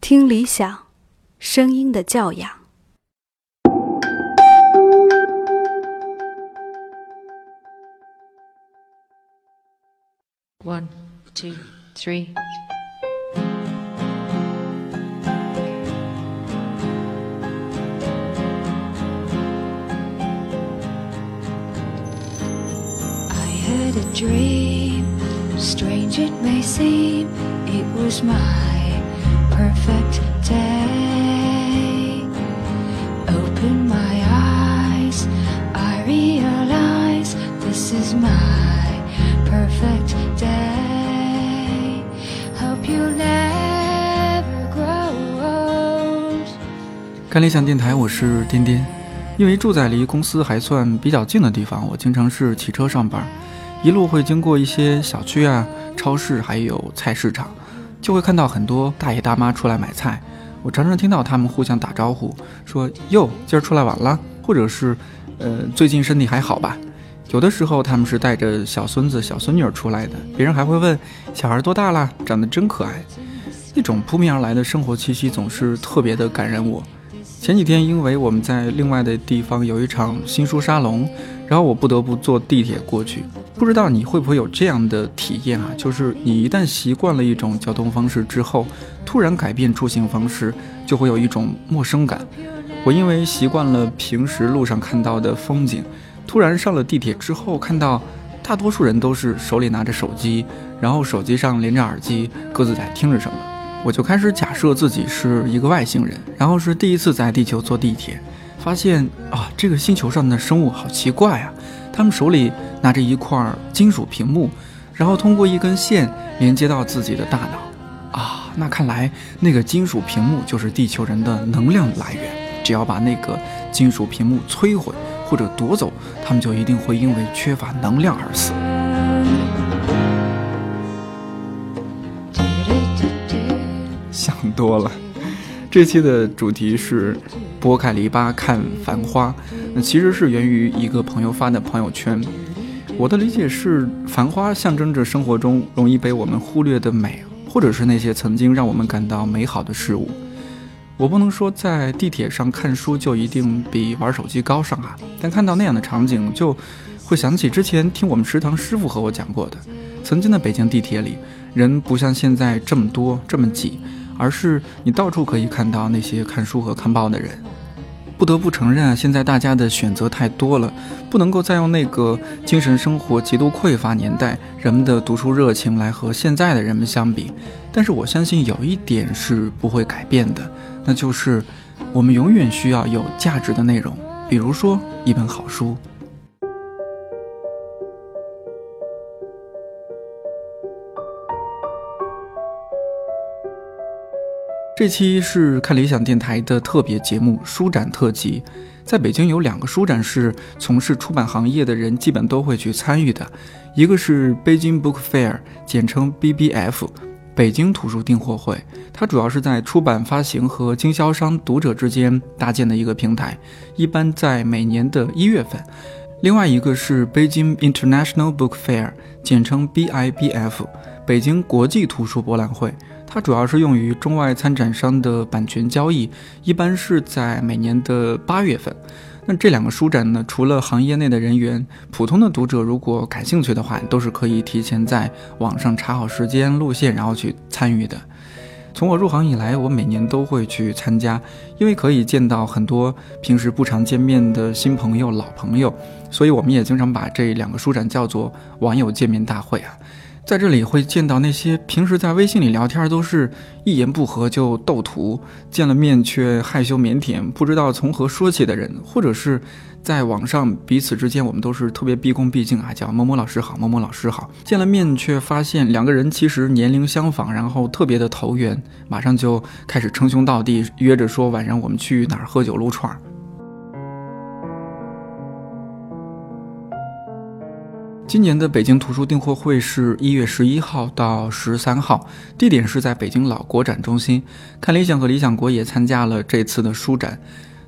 听理想，声音的教养。 One, two, three. I had a dream, strange it may seem, it was my perfect day. Open my eyes, I realize this is my perfect day. Hope you'll never grow old. 看理想电台，我是颠颠。因为住在离公司还算比较近的地方，我经常是骑车上班，一路会经过一些小区啊、超市还有菜市场，就会看到很多大爷大妈出来买菜。我常常听到他们互相打招呼，说哟，今儿出来晚了，或者是最近身体还好吧。有的时候他们是带着小孙子小孙女儿出来的，别人还会问小孩多大啦，长得真可爱。那种扑面而来的生活气息总是特别的感人我。前几天因为我们在另外的地方有一场新书沙龙，然后我不得不坐地铁过去。不知道你会不会有这样的体验啊，就是你一旦习惯了一种交通方式之后，突然改变出行方式，就会有一种陌生感。我因为习惯了平时路上看到的风景，突然上了地铁之后，看到大多数人都是手里拿着手机，然后手机上连着耳机，各自在听着什么。我就开始假设自己是一个外星人，然后是第一次在地球坐地铁，发现这个星球上的生物好奇怪啊！他们手里拿着一块金属屏幕，然后通过一根线连接到自己的大脑那看来那个金属屏幕就是地球人的能量来源，只要把那个金属屏幕摧毁或者夺走，他们就一定会因为缺乏能量而死。想多了。这期的主题是拨开篱笆看繁花，其实是源于一个朋友发的朋友圈。我的理解是，繁花象征着生活中容易被我们忽略的美，或者是那些曾经让我们感到美好的事物。我不能说在地铁上看书就一定比玩手机高尚但看到那样的场景，就会想起之前听我们食堂师傅和我讲过的，曾经的北京地铁里，人不像现在这么多这么挤，而是你到处可以看到那些看书和看报的人。不得不承认现在大家的选择太多了，不能够再用那个精神生活极度匮乏年代人们的读书热情来和现在的人们相比。但是我相信有一点是不会改变的，那就是我们永远需要有价值的内容，比如说一本好书。这期是看理想电台的特别节目书展特辑。在北京有2个书展是从事出版行业的人基本都会去参与的，一个是 Beijing Book Fair， 简称 BBF， 北京图书订货会，它主要是在出版发行和经销商读者之间搭建的一个平台，一般在每年的1月份。另外一个是 Beijing International Book Fair， 简称 BIBF， 北京国际图书博览会，它主要是用于中外参展商的版权交易，一般是在每年的8月份。那这2个书展呢，除了行业内的人员，普通的读者如果感兴趣的话，都是可以提前在网上查好时间路线，然后去参与的。从我入行以来，我每年都会去参加，因为可以见到很多平时不常见面的新朋友老朋友，所以我们也经常把这2个书展叫做网友见面大会在这里会见到那些平时在微信里聊天都是一言不合就斗图，见了面却害羞腼腆不知道从何说起的人，或者是在网上彼此之间我们都是特别毕恭毕敬叫某某老师好某某老师好，见了面却发现2个人其实年龄相仿，然后特别的投缘，马上就开始称兄道弟，约着说晚上我们去哪儿喝酒撸串。今年的北京图书订货会是1月11号到13号，地点是在北京老国展中心。看理想和理想国也参加了这次的书展。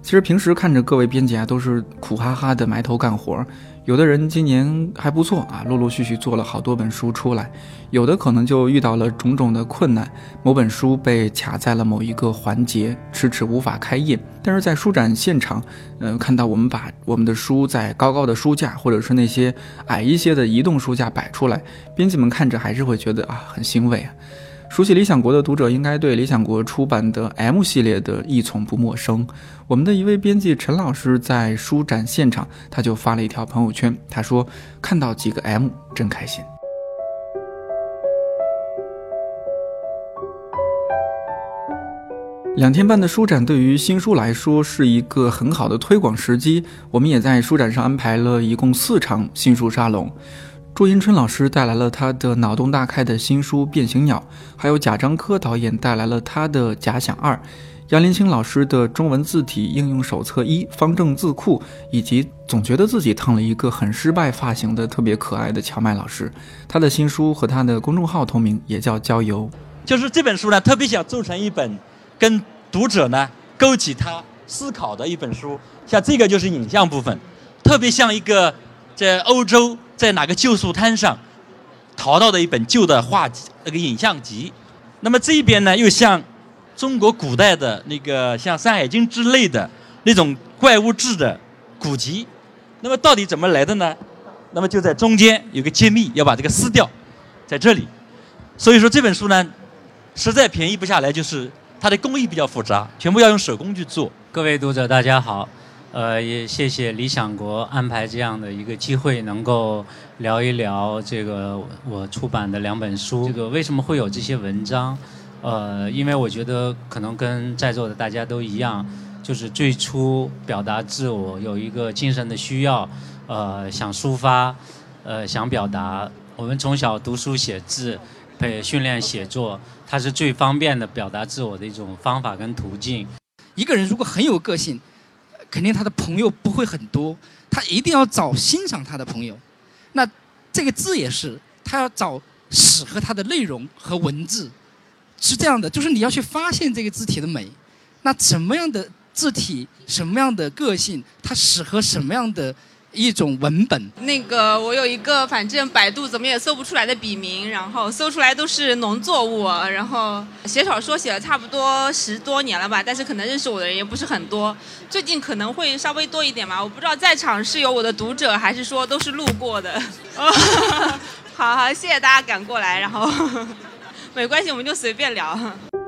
其实平时看着各位编辑都是苦哈哈的埋头干活，有的人今年还不错陆陆续续做了好多本书出来，有的可能就遇到了种种的困难，某本书被卡在了某一个环节，迟迟无法开印。但是在书展现场，看到我们把我们的书在高高的书架或者是那些矮一些的移动书架摆出来，编辑们看着还是会觉得很欣慰熟悉理想国的读者应该对理想国出版的 M 系列的译丛不陌生。我们的一位编辑陈老师在书展现场，他就发了一条朋友圈，他说看到几个 M 真开心。2天半的书展对于新书来说是一个很好的推广时机，我们也在书展上安排了一共4场新书沙龙。朱迎春老师带来了他的脑洞大开的新书《变形鸟》，还有贾樟柯导演带来了他的《假想2》，杨林清老师的中文字体应用手册1方正字库，以及总觉得自己烫了一个很失败发型的特别可爱的乔麦老师，他的新书和他的公众号同名，也叫郊游。 就是这本书呢，特别想做成一本跟读者呢勾起他思考的一本书。像这个就是影像部分，特别像一个在欧洲在哪个旧书摊上淘到的一本旧的画集，那个影像集。那么这一边呢，又像中国古代的那个像《山海经》之类的那种怪物志的古籍。那么到底怎么来的呢？那么就在中间有个揭秘，要把这个撕掉，在这里。所以说这本书呢，实在便宜不下来，就是它的工艺比较复杂，全部要用手工去做。 各位读者大家好，也谢谢理想国安排这样的一个机会，能够聊一聊这个我出版的2本书。这个为什么会有这些文章？因为我觉得可能跟在座的大家都一样，就是最初表达自我有一个精神的需要，想抒发，想表达。我们从小读书写字，训练写作，它是最方便的表达自我的一种方法跟途径。 一个人如果很有个性，肯定他的朋友不会很多，他一定要找欣赏他的朋友。那这个字也是，他要找适合他的内容和文字，是这样的，就是你要去发现这个字体的美。那什么样的字体，什么样的个性，它适合什么样的一种文本。 那个我有一个反正百度怎么也搜不出来的笔名，然后搜出来都是农作物，然后写小说写了差不多10多年了吧，但是可能认识我的人也不是很多，最近可能会稍微多一点吧，我不知道在场是有我的读者还是说都是路过的。好，谢谢大家赶过来，然后没关系，我们就随便聊。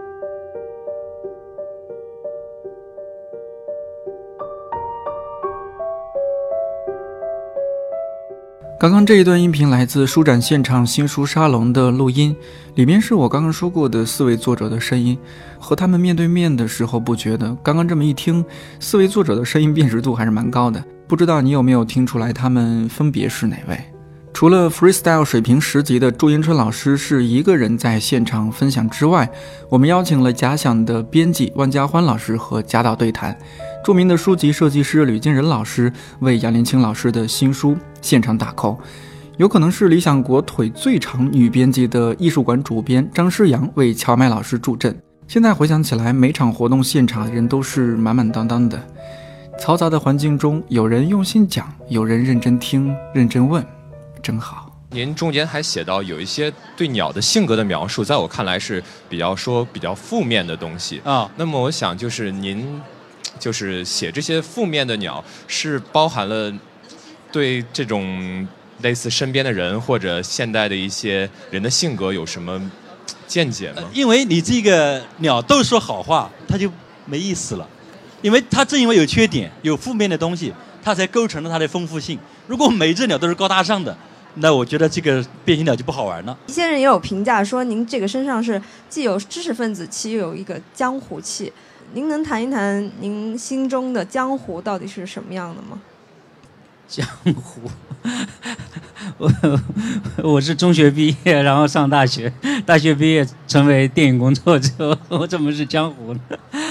刚刚这一段音频来自书展现场新书沙龙的录音，里面是我刚刚说过的4位作者的声音，和他们面对面的时候不觉得，刚刚这么一听，4位作者的声音辨识度还是蛮高的，不知道你有没有听出来他们分别是哪位。除了 freestyle 水平10级的朱迎春老师是一个人在现场分享之外，我们邀请了假想的编辑万家欢老师和贾导对谈，著名的书籍设计师吕金仁老师为杨林清老师的新书现场打 call， 有可能是理想国腿最长女编辑的艺术馆主编张诗阳为乔麦老师助阵。现在回想起来，每场活动现场人都是满满当当的，嘈杂的环境中，有人用心讲，有人认真听认真问，真好。 您中间还写到有一些对鸟的性格的描述，在我看来是比较负面的东西啊。那么我想就是您就是写这些负面的鸟，是包含了对这种类似身边的人或者现代的一些人的性格有什么见解吗？ 因为你这个鸟都说好话，它就没意思了，因为它正因为有缺点有负面的东西，它才构成了它的丰富性。如果每一只鸟都是高大上的，那我觉得这个变形鸟就不好玩了。 一些人也有评价说，您这个身上是既有知识分子气，又有一个江湖气。您能谈一谈您心中的江湖到底是什么样的吗？ 江湖，我是中学毕业，然后上大学，大学毕业成为电影工作者，我怎么是江湖呢？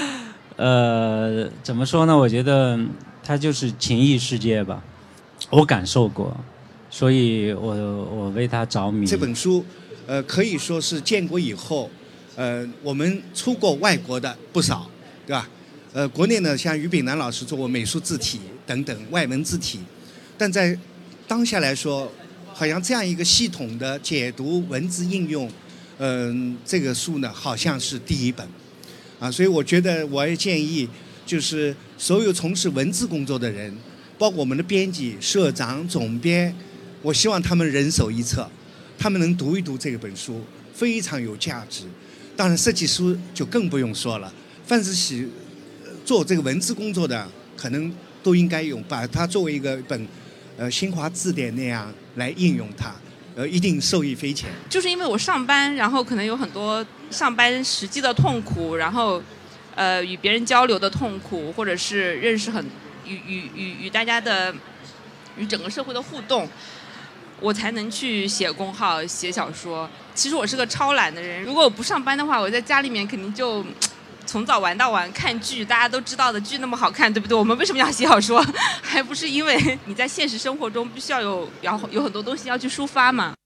怎么说呢？我觉得它就是情异世界吧，我感受过，所以我为它着迷。 这本书，可以说是建国以后，我们出过外国的不少，对吧？ 国内呢，像于炳南老师做过美术字体等等外文字体，但在当下来说，好像这样一个系统的解读文字应用，这个书呢好像是第一本，啊，所以我觉得我也建议，就是所有从事文字工作的人，包括我们的编辑、社长、总编，我希望他们人手一册，他们能读一读这本书，非常有价值。当然，设计书就更不用说了，凡是做这个文字工作的，可能都应该把它作为一个本新华字典那样来应用它，一定受益匪浅。 就是因为我上班，然后可能有很多上班实际的痛苦，然后与别人交流的痛苦，或者是认识与大家的与整个社会的互动，我才能去写公号、写小说。其实我是个超懒的人，如果我不上班的话，我在家里面肯定就从早玩到晚看剧，大家都知道的剧那么好看，对不对？我们为什么要写小说？还不是因为你在现实生活中必须要有很多东西要去抒发嘛。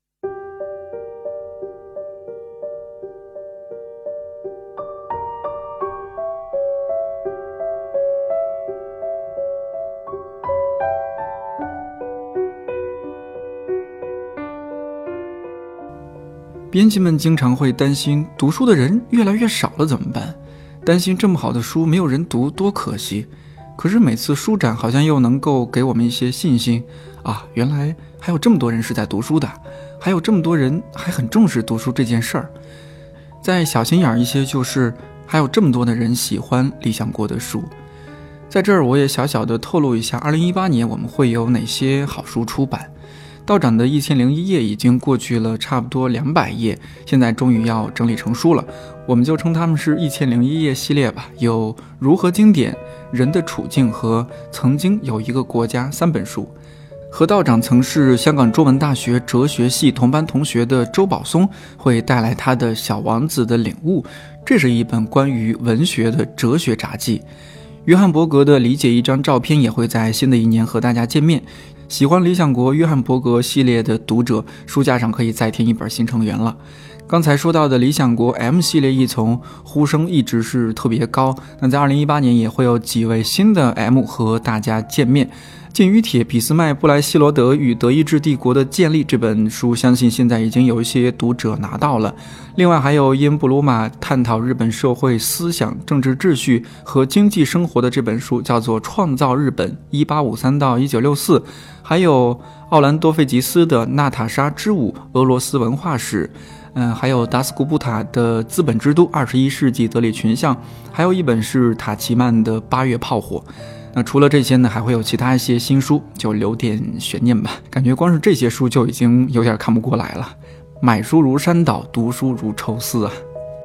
编辑们经常会担心读书的人越来越少了怎么办？担心这么好的书没有人读多可惜。可是每次书展好像又能够给我们一些信心啊，原来还有这么多人是在读书的，还有这么多人还很重视读书这件事儿。再小心眼一些，就是还有这么多的人喜欢理想国的书。在这儿我也小小的透露一下2018年我们会有哪些好书出版。道长的1001页已经过去了差不多200页，现在终于要整理成书了，我们就称它们是1001页系列吧。有如何经典、人的处境和曾经有一个国家3本书。和道长曾是香港中文大学哲学系同班同学的周宝松会带来他的小王子的领悟，这是一本关于文学的哲学札记。约翰伯格的理解一张照片也会在新的一年和大家见面。喜欢理想国约翰伯格系列的读者，书架上可以再添一本新成员了。刚才说到的理想国 M 系列一丛呼声一直是特别高，那在2018年也会有几位新的 M 和大家见面。禁渔帖俾斯麦布莱希罗德与德意志帝国的建立这本书，相信现在已经有一些读者拿到了。另外还有因布鲁马探讨日本社会思想、政治秩序和经济生活的这本书，叫做《创造日本1853到1964》，还有奥兰多费吉斯的《娜塔莎之舞：俄罗斯文化史》，还有达斯古布塔的《资本之都21世纪德里群像》，还有一本是塔奇曼的《8月炮火》。那除了这些呢，还会有其他一些新书，就留点悬念吧。感觉光是这些书就已经有点看不过来了。买书如山倒，读书如抽丝啊。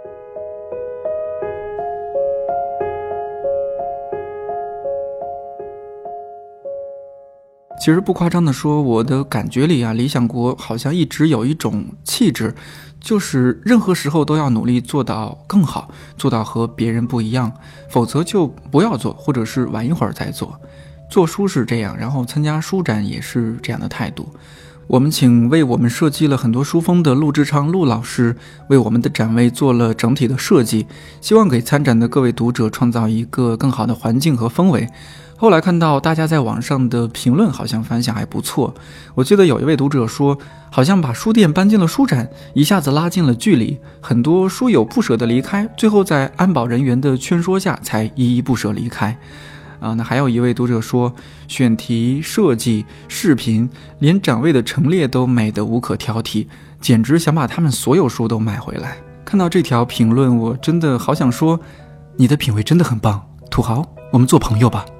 其实不夸张的说，我的感觉里啊，理想国好像一直有一种气质，就是任何时候都要努力做到更好，做到和别人不一样，否则就不要做，或者是晚一会儿再做。做书是这样，然后参加书展也是这样的态度。我们请为我们设计了很多书封的陆志昌陆老师为我们的展位做了整体的设计，希望给参展的各位读者创造一个更好的环境和氛围。后来看到大家在网上的评论好像反响还不错，我记得有一位读者说，好像把书店搬进了书展，一下子拉近了距离，很多书友不舍得离开，最后在安保人员的劝说下才依依不舍离开。那还有一位读者说，选题、设计、视频，连展位的陈列都美得无可挑剔，简直想把他们所有书都买回来。看到这条评论，我真的好想说，你的品味真的很棒，土豪，我们做朋友吧。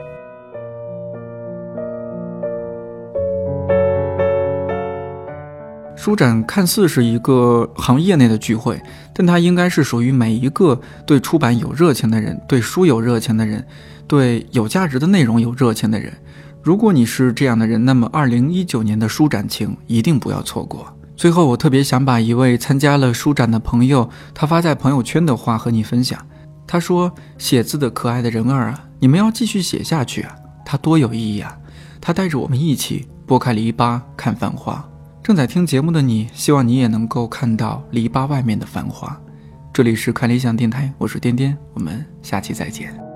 书展看似是一个行业内的聚会，但它应该是属于每一个对出版有热情的人，对书有热情的人，对有价值的内容有热情的人。如果你是这样的人，那么2019年的书展情一定不要错过。最后我特别想把一位参加了书展的朋友他发在朋友圈的话和你分享。他说，写字的可爱的人儿啊，你们要继续写下去啊，它多有意义啊，它带着我们一起拨开篱笆看繁花。正在听节目的你，希望你也能够看到篱笆外面的繁花。这里是看理想电台，我是颠颠，我们下期再见。